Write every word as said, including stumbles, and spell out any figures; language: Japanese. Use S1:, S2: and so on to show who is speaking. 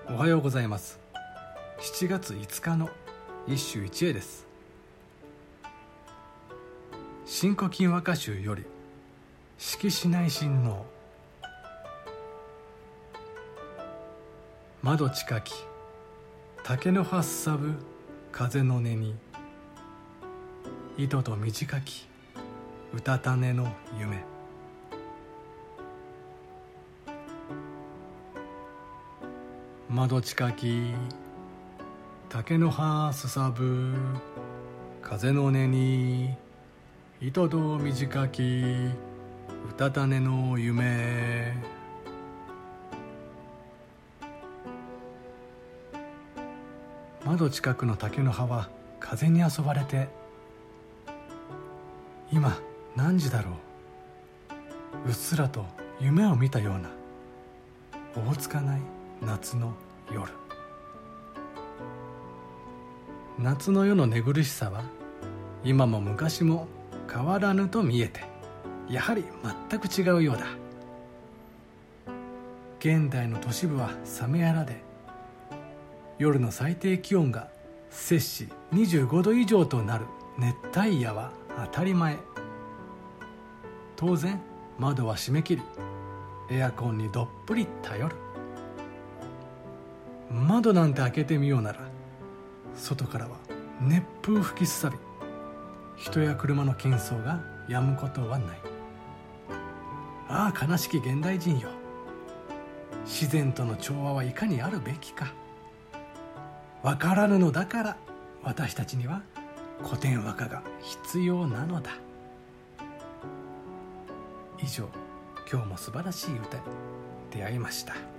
S1: おはようございます。しちがついつかの一首一会です。新古今和歌集より式子内親王。窓近き竹の葉すさぶ風の音に、糸と短きうたた寝の夢。窓近き竹の葉すさぶ風の音に、糸と短きうたた寝の夢。窓近くの竹の葉は風に遊ばれて、今何時だろう、うっすらと夢を見たようなおぼつかない夏の夜。夏の夜の寝苦しさは今も昔も変わらぬと見えて、やはり全く違うようだ。現代の都市部は冷めやらで、夜の最低気温が摂氏にじゅうごど以上となる熱帯夜は当たり前。当然窓は閉め切り、エアコンにどっぷり頼る。窓なんて開けてみようなら、外からは熱風吹きすさび、人や車の喧騒が止むことはない。ああ悲しき現代人よ、自然との調和はいかにあるべきか。わからぬのだから私たちには古典和歌が必要なのだ。以上、今日も素晴らしい歌に出会いました。